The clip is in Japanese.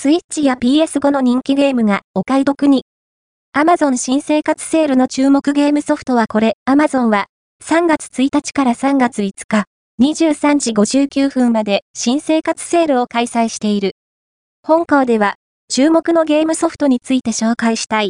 スイッチや PS5 の人気ゲームがお買い得に。Amazon 新生活セールの注目ゲームソフトはこれ。Amazon は3月1日から3月5日、23時59分まで新生活セールを開催している。本校では注目のゲームソフトについて紹介したい。